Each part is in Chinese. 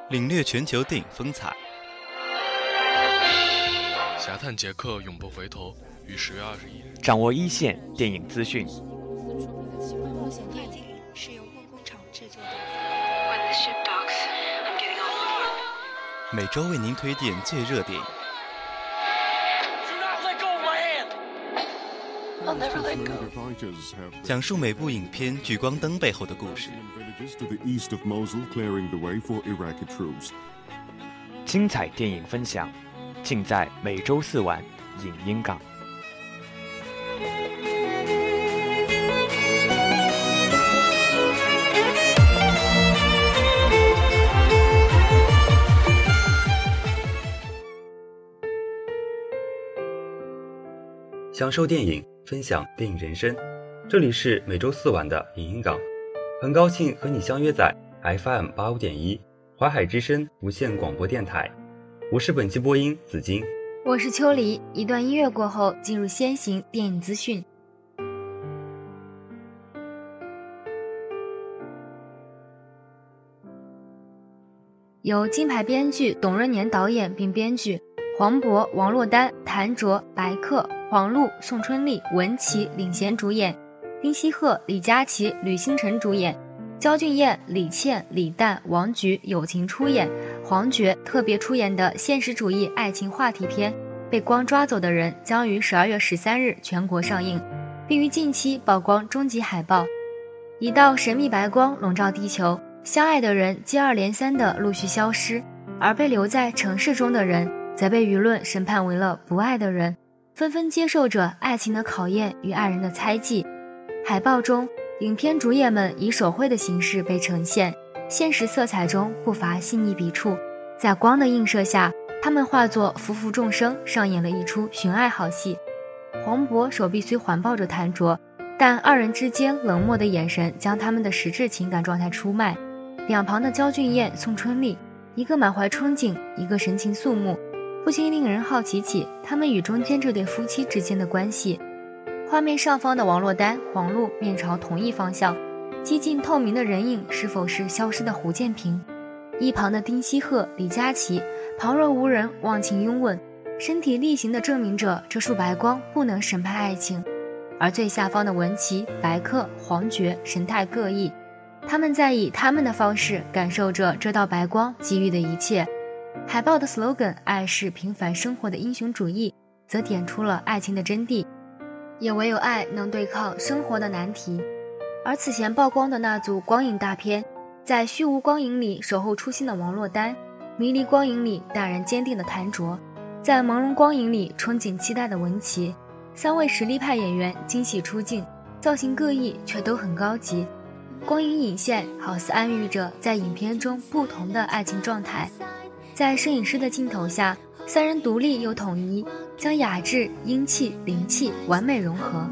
领略全球电影风采。 侠探杰克永不回头于10月21日。 掌握一线电影资讯。 是由梦工厂制作的。 每周为您推荐最热电影。讲述每部影片聚光灯背后的故事。 精彩电影分享，尽在每周4晚影音港。 享受电影，分享电影人生。这里是每周4晚的影音港，很高兴和你相约在 FM85.1淮海之声无线广播电台。我是本期播音子金， 我是秋梨。一段音乐过后，进入先行电影资讯。由金牌编剧董润年导演并编剧，黄渤、王珞丹、谭卓、白客、黄璐、宋春丽、文琪领衔主演，丁西鹤、李佳琦、吕星辰主演，焦俊艳、李倩、李诞、王菊友情出演，黄觉特别出演的现实主义爱情话题片《被光抓走的人》将于12月13日全国上映，并于近期曝光终极海报。一道神秘白光笼罩地球，相爱的人接二连三地陆续消失，而被留在城市中的人则被舆论审判为了不爱的人，纷纷接受着爱情的考验与爱人的猜忌。海报中，影片主演们以手绘的形式被呈现，现实色彩中不乏细腻笔触，在光的映射下，他们化作浮浮众生，上演了一出寻爱好戏。黄渤手臂虽环抱着谭卓，但二人之间冷漠的眼神将他们的实质情感状态出卖。两旁的焦俊艳、宋春丽，一个满怀憧憬，一个神情肃穆，不禁令人好奇起他们与中间这对夫妻之间的关系。画面上方的王珞丹、黄璐面朝同一方向，几近透明的人影是否是消失的胡建平？一旁的丁西鹤、李佳琦旁若无人，忘情拥吻，身体力行地证明着这束白光不能审判爱情。而最下方的文琪、白客、黄觉神态各异，他们在以他们的方式感受着这道白光给予的一切。海报的 slogan 爱是平凡生活的英雄主义则点出了爱情的真谛，也唯有爱能对抗生活的难题。而此前曝光的那组光影大片，在虚无光影里守候初心的王珞丹，迷离光影里淡然坚定的谭卓，在朦胧光影里憧憬期待的文琪，三位实力派演员惊喜出镜，造型各异却都很高级。光影引线好似暗喻着在影片中不同的爱情状态，在摄影师的镜头下，三人独立又统一，将雅致、英气、灵气完美融合。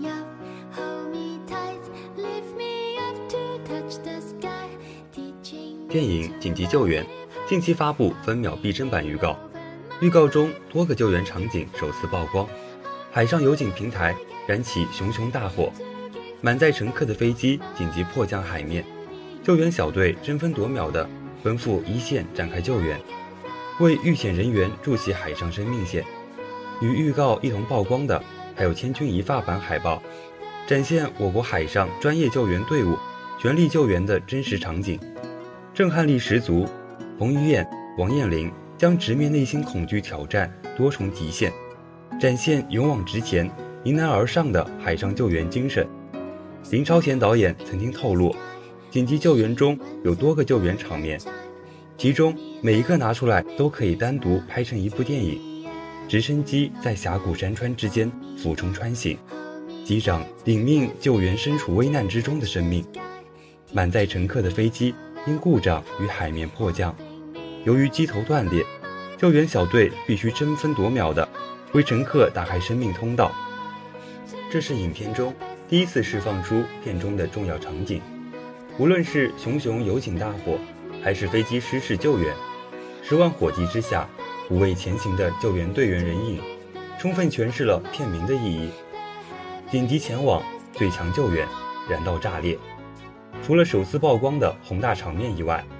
电影《紧急救援》近期发布分秒必争版预告，预告中多个救援场景首次曝光，海上油井平台燃起熊熊大火，满载乘客的飞机紧急迫降海面，救援小队争分夺秒地奔赴一线展开救援，为遇险人员筑起海上生命线。与预告一同曝光的还有千钧一发版海报，展现我国海上专业救援队伍全力救援的真实场景，震撼力十足。彭于晏、王彦霖将直面内心恐惧挑战多重极限，展现勇往直前、迎难而上的海上救援精神。林超贤导演曾经透露，紧急救援中有多个救援场面，其中每一个拿出来都可以单独拍成一部电影。直升机在峡谷山川之间俯冲穿行，机长领命救援身处危难之中的生命。满载乘客的飞机因故障于海面迫降，由于机头断裂，救援小队必须争分夺秒地为乘客打开生命通道。这是影片中第一次释放出片中的重要场景，无论是熊熊油井大火，还是飞机失事救援，10万火急之下5位前行的救援队员人影，充分诠释了片名的意义。紧急前往，最强救援，燃到炸裂。除了首次曝光的宏大场面以外，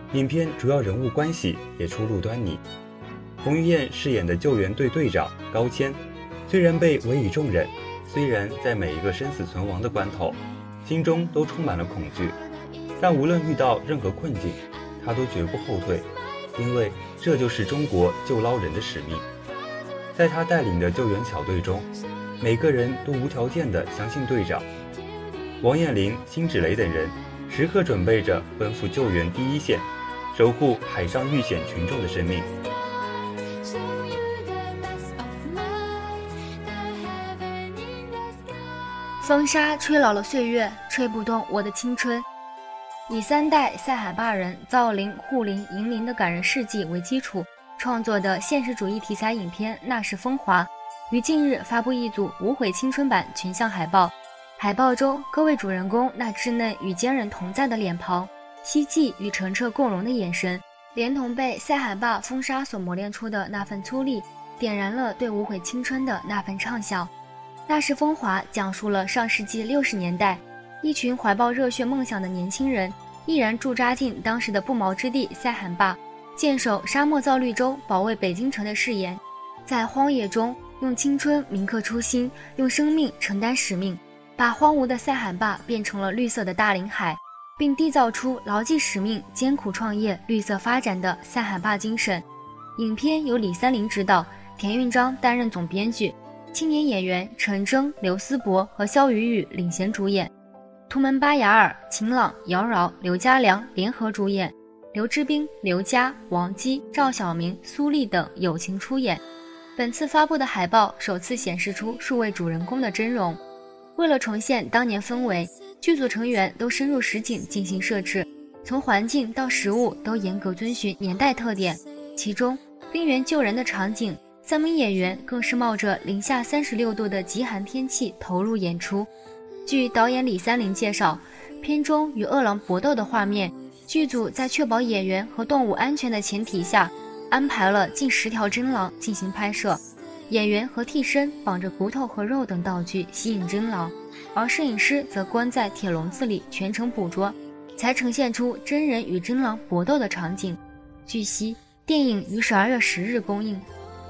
影片主要人物关系也初露端倪。彭于晏饰演的救援队队长高谦，虽然被委以重任，虽然在每一个生死存亡的关头，心中都充满了恐惧，但无论遇到任何困境，他都绝不后退，因为这就是中国救捞人的使命。在他带领的救援小队中，每个人都无条件地相信队长。王彦霖、辛芷蕾等人时刻准备着奔赴救援第一线，守护海上遇险群众的生命。 风沙吹老了岁月，吹不动我的青春。以3代塞海坝人造林、护林、迎林的感人事迹为基础创作的现实主义题材影片《那是风华》于近日发布一组无悔青春版群像海报。海报中各位主人公那稚嫩与坚韧同在的脸庞，希冀与澄澈共融的眼神，连同被塞海坝风沙所磨练出的那份粗粝，点燃了对无悔青春的那份畅想。那是风华讲述了上世纪60年代，一群怀抱热血梦想的年轻人毅然驻扎进当时的不毛之地塞罕坝，坚守沙漠造绿洲，保卫北京城的誓言，在荒野中用青春铭刻初心，用生命承担使命，把荒芜的塞罕坝变成了绿色的大临海，并缔造出牢记使命、艰苦创业、绿色发展的塞罕坝精神。影片由李三林执导，田运章担任总编剧，青年演员陈征、刘思博和肖雨雨领衔主演，图门巴雅尔、秦朗、姚饶、刘家良联合主演，刘志斌、刘佳、王姬、赵晓明、苏丽等友情出演。本次发布的海报首次显示出数位主人公的真容。为了重现当年氛围，剧组成员都深入实景进行设置，从环境到食物都严格遵循年代特点。其中冰原救人的场景，3名演员更是冒着零下36度的极寒天气投入演出。据导演李三林介绍，片中与饿狼搏斗的画面，剧组在确保演员和动物安全的前提下，安排了近10条真狼进行拍摄，演员和替身绑着骨头和肉等道具吸引真狼，而摄影师则关在铁笼子里全程捕捉，才呈现出真人与真狼搏斗的场景。据悉，电影于12月10日公映。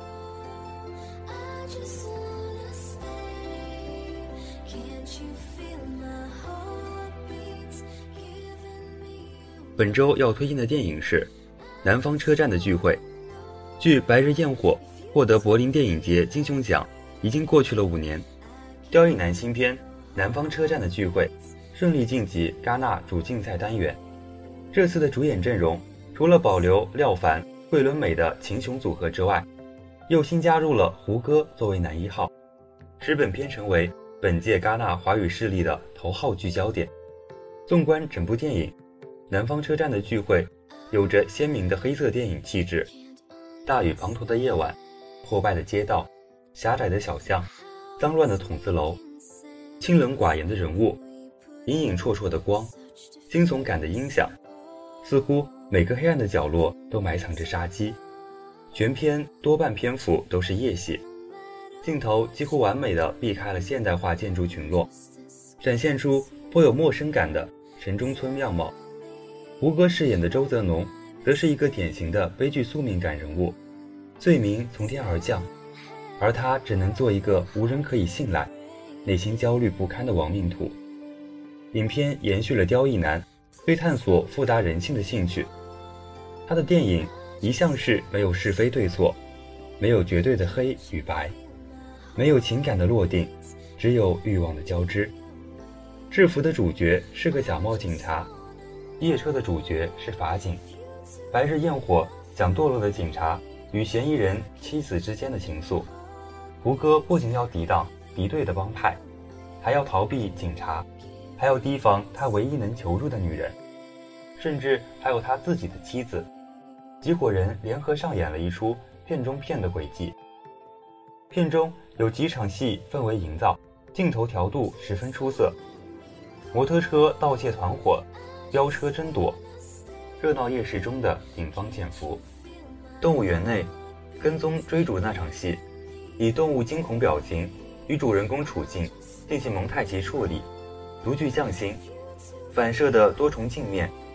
本周要推荐的电影是《南方车站的聚会》。距《白日焰火》获得柏林电影节金熊奖已经过去了5年，刁亦男新片《南方车站的聚会》顺利晋级戛纳主竞赛单元。这次的主演阵容除了保留廖凡、桂纶镁的秦琼组合之外，又新加入了胡歌作为男1号，使本片成为本届戛纳华语势力的头号聚焦点。纵观整部电影，南方车站的聚会有着鲜明的黑色电影气质，大雨滂沱的夜晚，破败的街道，狭窄的小巷，脏乱的筒子楼，清冷寡言的人物，隐隐绰绰的光，惊悚感的音响，似乎每个黑暗的角落都埋藏着杀机。全片多半篇幅都是夜戏，镜头几乎完美地避开了现代化建筑群落，展现出颇有陌生感的城中村样貌。胡歌饰演的周泽农则是一个典型的悲剧宿命感人物，罪名从天而降，而他只能做一个无人可以信赖、内心焦虑不堪的亡命徒。影片延续了刁亦男对探索复杂人性的兴趣，他的电影一向是没有是非对错，没有绝对的黑与白，没有情感的落定，只有欲望的交织。制服的主角是个假冒警察，夜车的主角是法警。白日焰火讲堕落的警察与嫌疑人妻子之间的情愫。胡歌不仅要抵挡敌对的帮派，还要逃避警察，还要提防他唯一能求助的女人，甚至还有他自己的妻子。几伙人联合上演了一出片中片的轨迹。片中有几场戏氛围营造，镜头调度十分出色，摩托车盗窃团伙，飙车争夺，热闹夜市中的警方潜伏。动物园内跟踪追逐那场戏，以动物惊恐表情与主人公处境进行蒙太奇处理，独具匠心，反射的多重镜面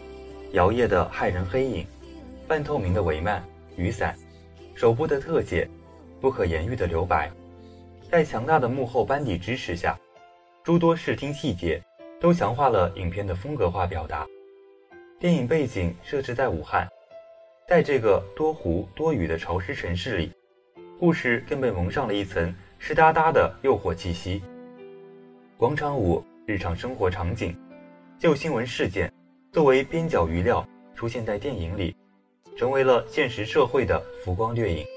摇曳的骇人黑影，半透明的帷幔、雨伞，手部的特写，不可言喻的留白，在强大的幕后班底支持下，诸多视听细节都强化了影片的风格化表达。电影背景设置在武汉，在这个多湖多雨的潮湿城市里，故事更被蒙上了一层湿哒哒的诱惑气息。广场舞、日常生活场景、旧新闻事件作为边角余料出现在电影里，成为了现实社会的浮光掠影。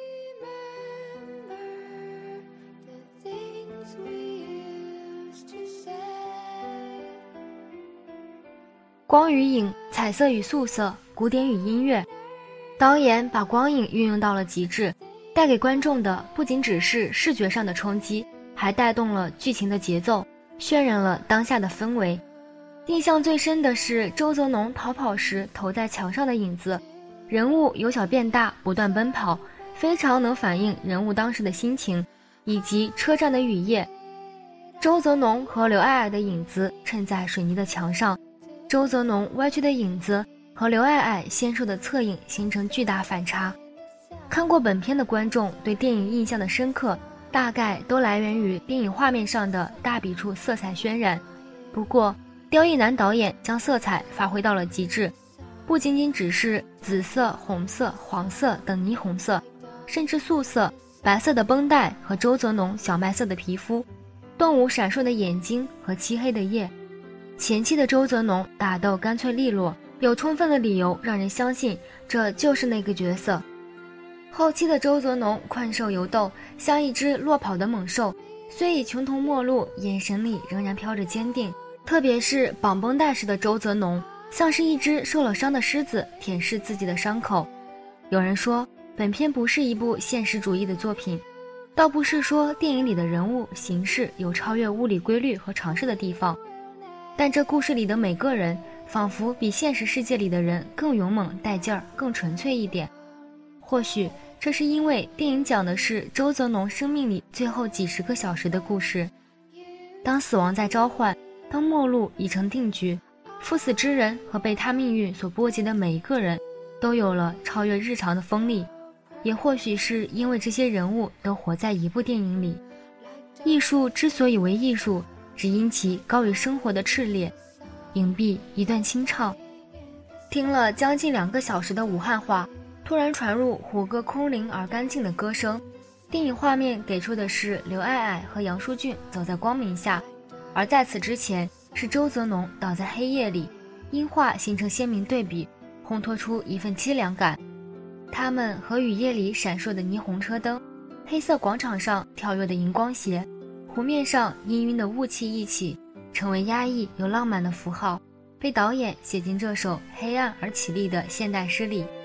光与影，彩色与素色，古典与音乐，导演把光影运用到了极致，带给观众的不仅只是视觉上的冲击，还带动了剧情的节奏，渲染了当下的氛围。印象最深的是周泽农逃跑时投在墙上的影子，人物由小变大，不断奔跑，非常能反映人物当时的心情，以及车站的雨夜。周泽农和刘爱爱的影子衬在水泥的墙上，周泽农歪曲的影子和刘爱爱纤瘦的侧影形成巨大反差。看过本片的观众对电影印象的深刻，大概都来源于电影画面上的大笔触色彩渲染。不过刁亦男导演将色彩发挥到了极致，不仅仅只是紫色、红色、黄色等霓虹色，甚至素色、白色的绷带和周泽农小麦色的皮肤，动物闪烁的眼睛和漆黑的夜。前期的周泽农打斗干脆利落，有充分的理由让人相信这就是那个角色。后期的周泽农困兽犹斗，像一只落跑的猛兽，虽已穷途末路，眼神里仍然飘着坚定。特别是绑绷带时的周泽农，像是一只受了伤的狮子，舔舐自己的伤口。有人说本片不是一部现实主义的作品，倒不是说电影里的人物形式有超越物理规律和常识的地方，但这故事里的每个人仿佛比现实世界里的人更勇猛带劲儿，更纯粹一点。或许这是因为电影讲的是周泽农生命里最后几十个小时的故事。当死亡在召唤，当末路已成定局，赴死之人和被他命运所波及的每一个人都有了超越日常的锋利。也或许是因为这些人物都活在一部电影里，艺术之所以为艺术，只因其高于生活的炽烈。影壁一段清唱，听了将近2个小时的武汉话，突然传入胡歌空灵而干净的歌声。电影画面给出的是刘爱爱和杨淑俊走在光明下，而在此之前是周泽农倒在黑夜里，音画形成鲜明对比，烘托出一份凄凉感。他们和雨夜里闪烁的霓虹车灯，黑色广场上跳跃的荧光鞋，湖面上氤氲的雾气一起，成为压抑又浪漫的符号，被导演写进这首黑暗而绮丽的现代诗里。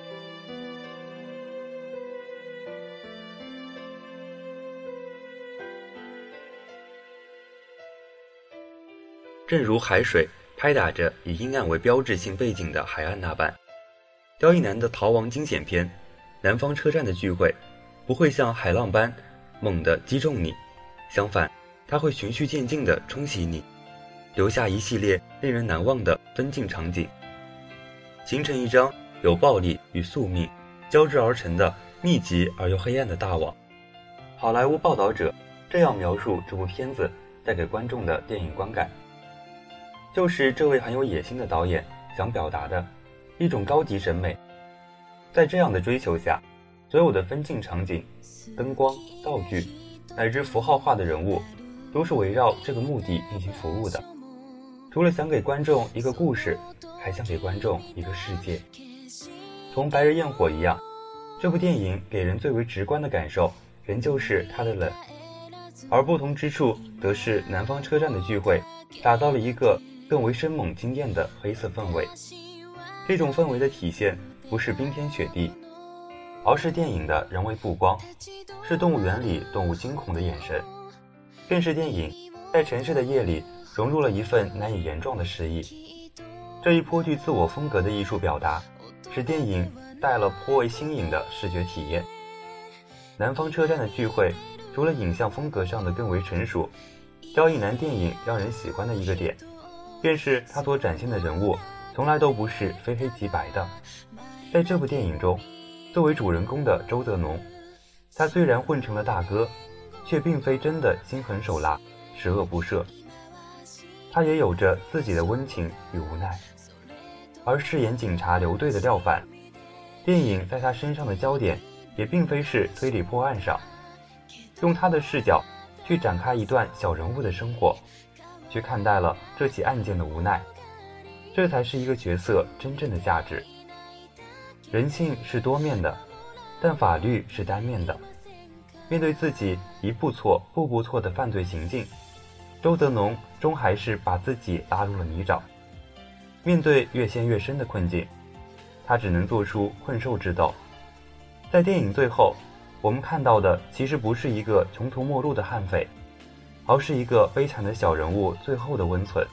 正如海水拍打着以阴暗为标志性背景的海岸那般，刁亦男的逃亡惊险片《南方车站的聚会》不会像海浪般猛地击中你，相反，它会循序渐进地冲洗你，留下一系列令人难忘的分镜场景，形成一张由暴力与宿命交织而成的密集而又黑暗的大网。好莱坞报道者这样描述这部片子带给观众的电影观感，就是这位很有野心的导演想表达的一种高级审美。在这样的追求下，所有的分镜场景、灯光、道具乃至符号化的人物都是围绕这个目的进行服务的。除了想给观众一个故事，还想给观众一个世界。同白日焰火一样，这部电影给人最为直观的感受仍旧是它的冷，而不同之处则是南方车站的聚会打造了一个更为生猛惊艳的黑色氛围。这种氛围的体现不是冰天雪地，而是电影的人为布光，是动物园里动物惊恐的眼神，更是电影在城市的夜里融入了一份难以言状的诗意。这一颇具自我风格的艺术表达，使电影带了颇为新颖的视觉体验。南方车站的聚会除了影像风格上的更为成熟，刁亦男电影让人喜欢的一个点，便是他所展现的人物从来都不是非黑即白的。在这部电影中，作为主人公的周德农，他虽然混成了大哥，却并非真的心狠手辣，十恶不赦。他也有着自己的温情与无奈。而饰演警察刘队的廖凡，电影在他身上的焦点也并非是推理破案上，用他的视角去展开一段小人物的生活，去看待了这起案件的无奈，这才是一个角色真正的价值。人性是多面的，但法律是单面的。面对自己一步错步步错的犯罪行径，周德农终还是把自己拉入了泥沼。面对越陷越深的困境，他只能做出困兽之斗。在电影最后，我们看到的其实不是一个穷途末路的悍匪，而是一个悲惨的小人物最后的温存。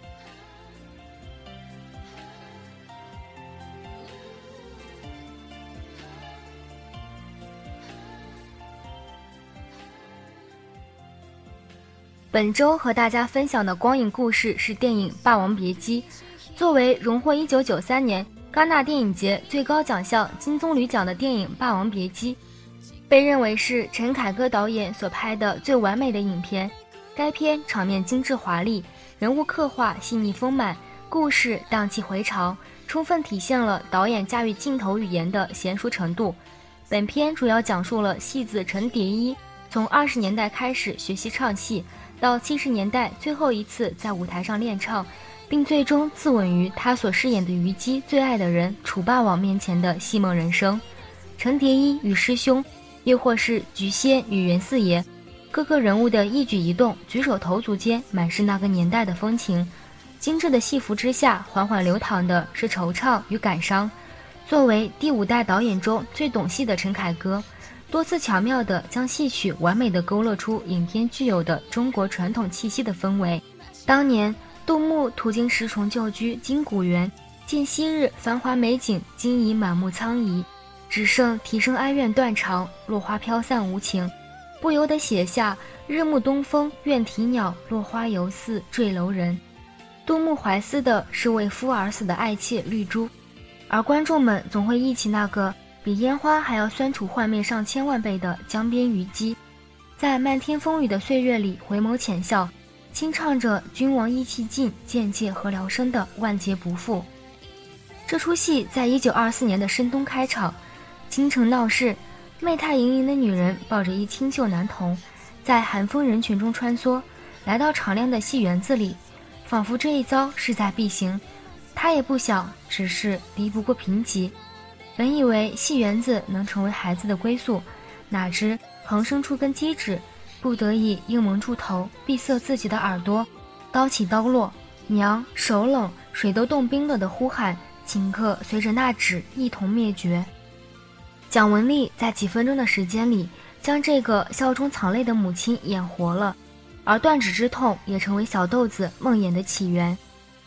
本周和大家分享的光影故事是电影《霸王别姬》。作为荣获1993年戛纳电影节最高奖项金棕榈奖的电影《霸王别姬》，被认为是陈凯歌导演所拍的最完美的影片。该片场面精致华丽，人物刻画细腻丰满，故事荡气回肠，充分体现了导演驾驭镜头语言的娴熟程度。本片主要讲述了戏子陈蝶衣从20年代开始学习唱戏，到70年代最后一次在舞台上练唱，并最终自刎于他所饰演的虞姬最爱的人楚霸王面前的戏梦人生。陈蝶衣与师兄，又或是菊仙与袁四爷，各个人物的一举一动、举手投足间满是那个年代的风情。精致的戏服之下，缓缓流淌的是惆怅与感伤。作为第5代导演中最懂戏的陈凯歌，多次巧妙地将戏曲完美地勾勒出影片具有的中国传统气息的氛围。当年杜牧途经石崇旧居金谷园，见昔日繁华美景，今已满目苍夷，只剩啼声哀怨断肠，落花飘散无情，不由得写下日暮东风怨啼鸟，落花犹似坠楼人。杜牧怀思的是为夫而死的爱妾绿珠，而观众们总会忆起那个比烟花还要酸楚幻灭上千万倍的江边虞姬，在漫天风雨的岁月里回眸浅笑，轻唱着君王意气尽，贱妾何聊生的万劫不复。这出戏在1924年的深冬开场，京城闹市，媚态盈盈的女人抱着一清秀男童，在寒风人群中穿梭，来到敞亮的戏园子里，仿佛这一遭势在必行。她也不想，只是敌不过贫瘠。本以为戏园子能成为孩子的归宿，哪知横生出根鸡指，不得已硬蒙住头，闭塞自己的耳朵。刀起刀落，娘手冷，水都冻冰了的呼喊，顷刻随着那指一同灭绝。蒋雯丽在几分钟的时间里，将这个笑中藏泪的母亲演活了，而断指之痛也成为小豆子梦魇的起源。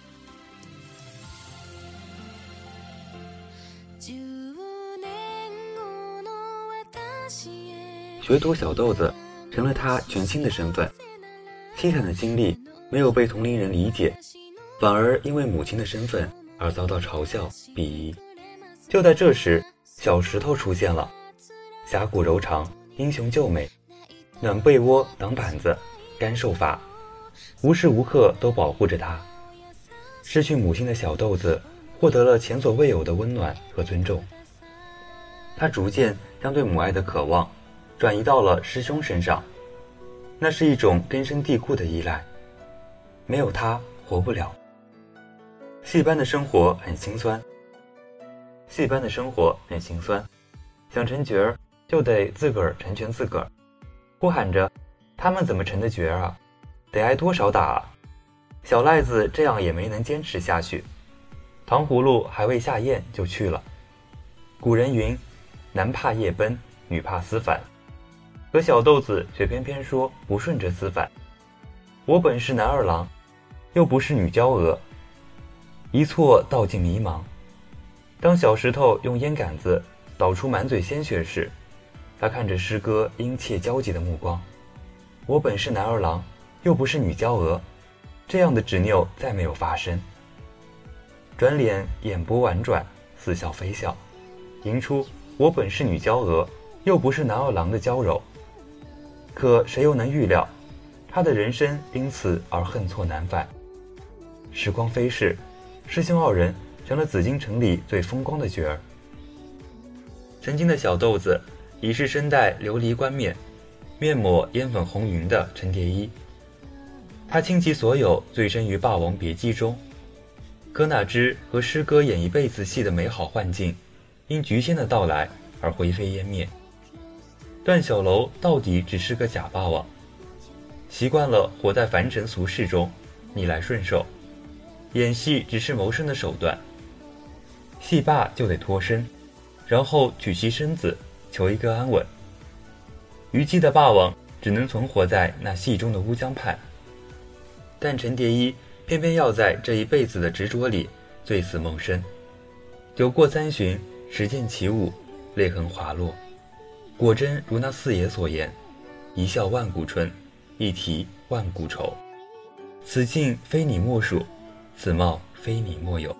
学徒小豆子成了他全新的身份，凄惨的经历没有被同龄人理解，反而因为母亲的身份而遭到嘲笑鄙夷。就在这时，小石头出现了，侠骨柔肠，英雄救美，暖被窝挡板子，干受罚，无时无刻都保护着他。失去母亲的小豆子获得了前所未有的温暖和尊重，他逐渐将对母爱的渴望转移到了师兄身上，那是一种根深蒂固的依赖，没有他活不了。戏班的生活很心酸，想成角儿就得自个儿成全自个儿，呼喊着他们怎么成的角儿啊，得挨多少打啊。小赖子这样也没能坚持下去，糖葫芦还未下咽就去了。古人云，男怕夜奔，女怕思返，可小豆子却偏偏说不顺着思返。我本是男二郎，又不是女娇娥，一错道尽迷茫。当小石头用烟杆子倒出满嘴鲜血时，他看着师哥殷切焦急的目光。我本是男二郎，又不是女娇娥，这样的执拗再没有发生。 转脸眼波婉转，似笑非笑，吟出我本是女娇娥，又不是男儿郎的娇柔。可谁又能预料，他的人生因此而恨错难返。时光飞逝，师兄二人成了紫禁城里最风光的角儿。曾经的小豆子已是身戴琉璃冠冕，面抹烟粉红云的陈蝶衣。他倾其所有醉身于《霸王别姬》中，可哪知和师哥演一辈子戏的美好幻境，因菊仙的到来而灰飞烟灭。段小楼到底只是个假霸王，习惯了活在凡尘俗世中，逆来顺受，演戏只是谋生的手段。戏罢就得脱身，然后娶妻生子，求一个安稳。虞姬的霸王只能存活在那戏中的乌江畔，但陈蝶衣偏偏要在这一辈子的执着里醉死梦生。酒过三巡，时见起舞，泪痕滑落，果真如那四爷所言，一笑万古春，一啼万古愁。此境非你莫属，此貌非你莫有。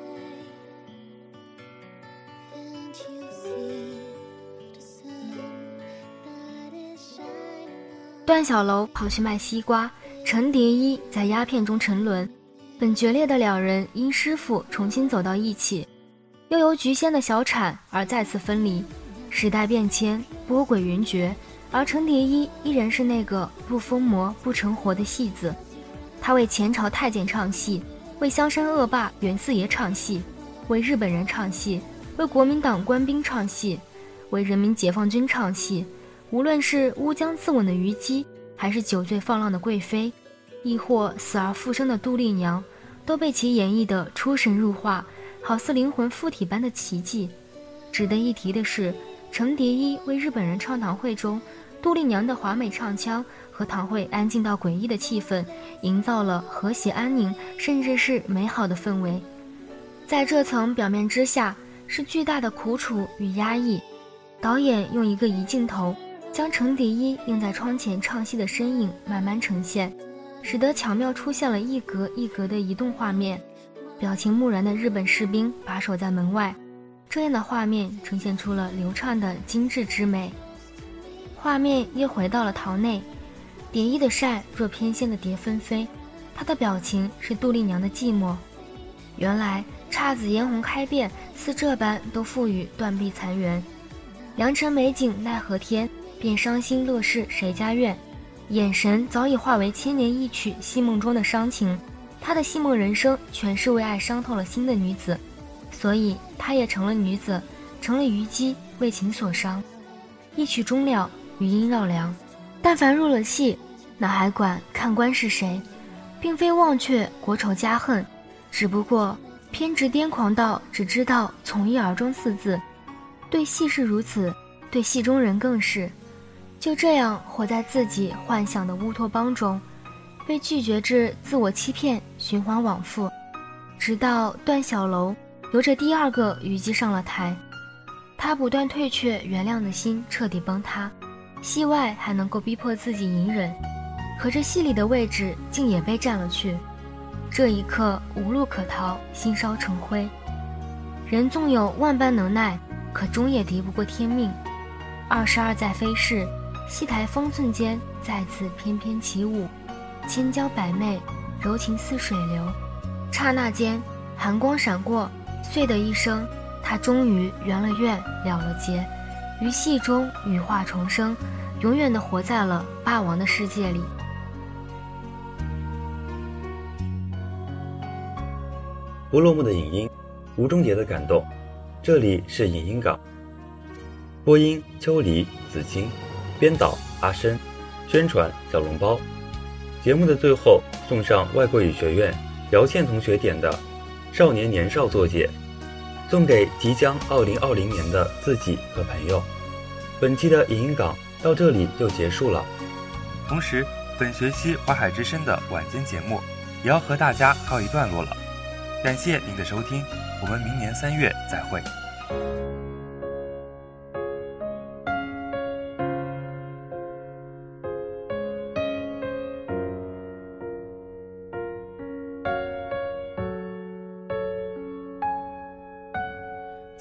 段小楼跑去卖西瓜，程蝶衣在鸦片中沉沦。本决裂的两人因师父重新走到一起，又由菊仙的小产而再次分离。时代变迁，波诡云谲，而程蝶衣依然是那个不疯魔不成活的戏子。他为前朝太监唱戏，为香山恶霸袁四爷唱戏，为日本人唱戏，为国民党官兵唱戏，为人民解放军唱戏。无论是乌江自刎的虞姬，还是酒醉放浪的贵妃，亦或死而复生的杜丽娘，都被其演绎得出神入化，好似灵魂附体般的奇迹。值得一提的是，程蝶衣为日本人唱堂会中杜丽娘的华美唱腔和堂会安静到诡异的气氛，营造了和谐安宁，甚至是美好的氛围。在这层表面之下，是巨大的苦楚与压抑。导演用一个移镜头，将程蝶衣映在窗前唱戏的身影慢慢呈现，使得巧妙出现了一格一格的移动画面。表情木然的日本士兵把守在门外，这样的画面呈现出了流畅的精致之美。画面又回到了堂内，蝶衣的扇若翩跹的蝶纷飞，他的表情是杜丽娘的寂寞。原来姹紫嫣红开遍，似这般都赋予断壁残垣。良辰美景奈何天，便伤心乐事谁家院。眼神早已化为千年一曲戏梦中的伤情，她的戏梦人生全是为爱伤透了心的女子，所以她也成了女子，成了虞姬，为情所伤。一曲终了，余音绕梁。但凡入了戏，哪还管看官是谁，并非忘却国仇家恨，只不过偏执癫狂到只知道从一而终四字。对戏是如此，对戏中人更是。就这样活在自己幻想的乌托邦中，被拒绝至自我欺骗，循环往复，直到段小楼由着第二个虞姬上了台。他不断退却，原谅的心彻底崩塌。戏外还能够逼迫自己隐忍，可这戏里的位置竟也被占了去。这一刻无路可逃，心烧成灰。人纵有万般能耐，可终也敌不过天命。22载飞逝，戏台方寸间再次翩翩起舞，千娇百媚，柔情似水流。刹那间寒光闪过，碎的一声，他终于圆了愿，了了结，于戏中羽化重生，永远地活在了霸王的世界里。 不落幕的影音，无终结的感动。这里是影音港，播音秋离、子清，编导阿深，宣传小笼包。节目的最后送上外国语学院姚倩同学点的《少年年少作结》，送给即将2020年的自己和朋友。本期的影音港到这里就结束了。 同时，本学期淮海之声的晚间节目也要和大家告一段落了。感谢您的收听，我们明年3月再会。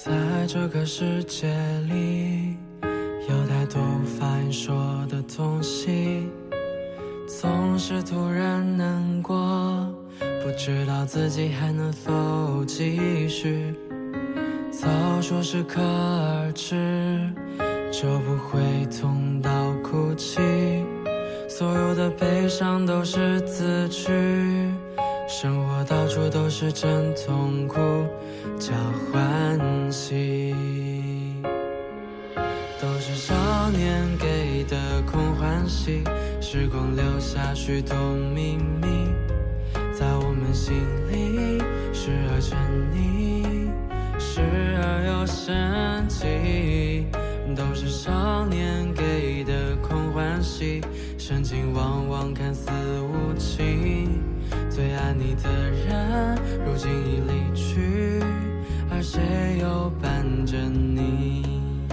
在这个世界里，有太多无法言说的东西，总是突然难过，不知道自己还能否继续。早说适可而止，就不会痛到哭泣，所有的悲伤都是自取，生活到处都是真痛苦交欢喜，都是少年给的空欢喜，时光留下许多秘密，在我们心里时而沉溺，时而又生气，都是少年给的空欢喜，深情往往看似无情，最爱你的人如今已离去，而谁又伴着你？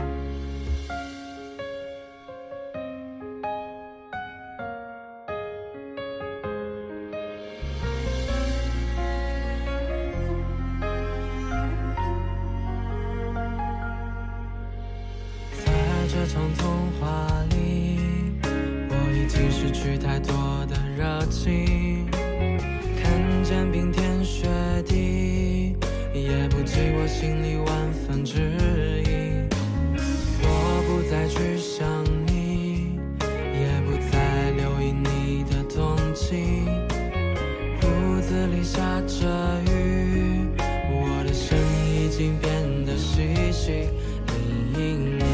这场童话里，我已经失去太多的热情，看见冰天雪地，也不及我心里万分之一。我不再去想你，也不再留意你的动静，屋子里下着雨，我的声音已经变得细细零零。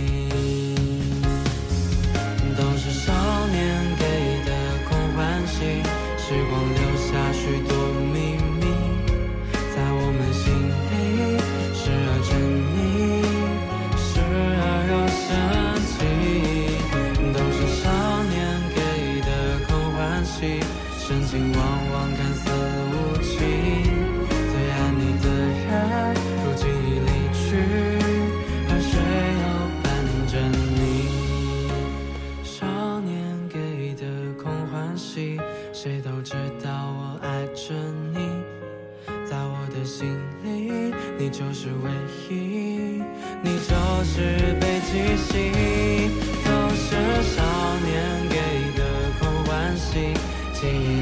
都是少年给的空欢喜，时光留下许多秘密，在我们心里时而沉溺，时而又生气，都是少年给的空欢喜，深情往往看似无情，最爱你的人如今已离去，而谁又伴着你？少年给的空欢喜，谁都知道我爱着你，在我的心里你就是唯一，你就是北极星，都是少年给的空欢喜，记忆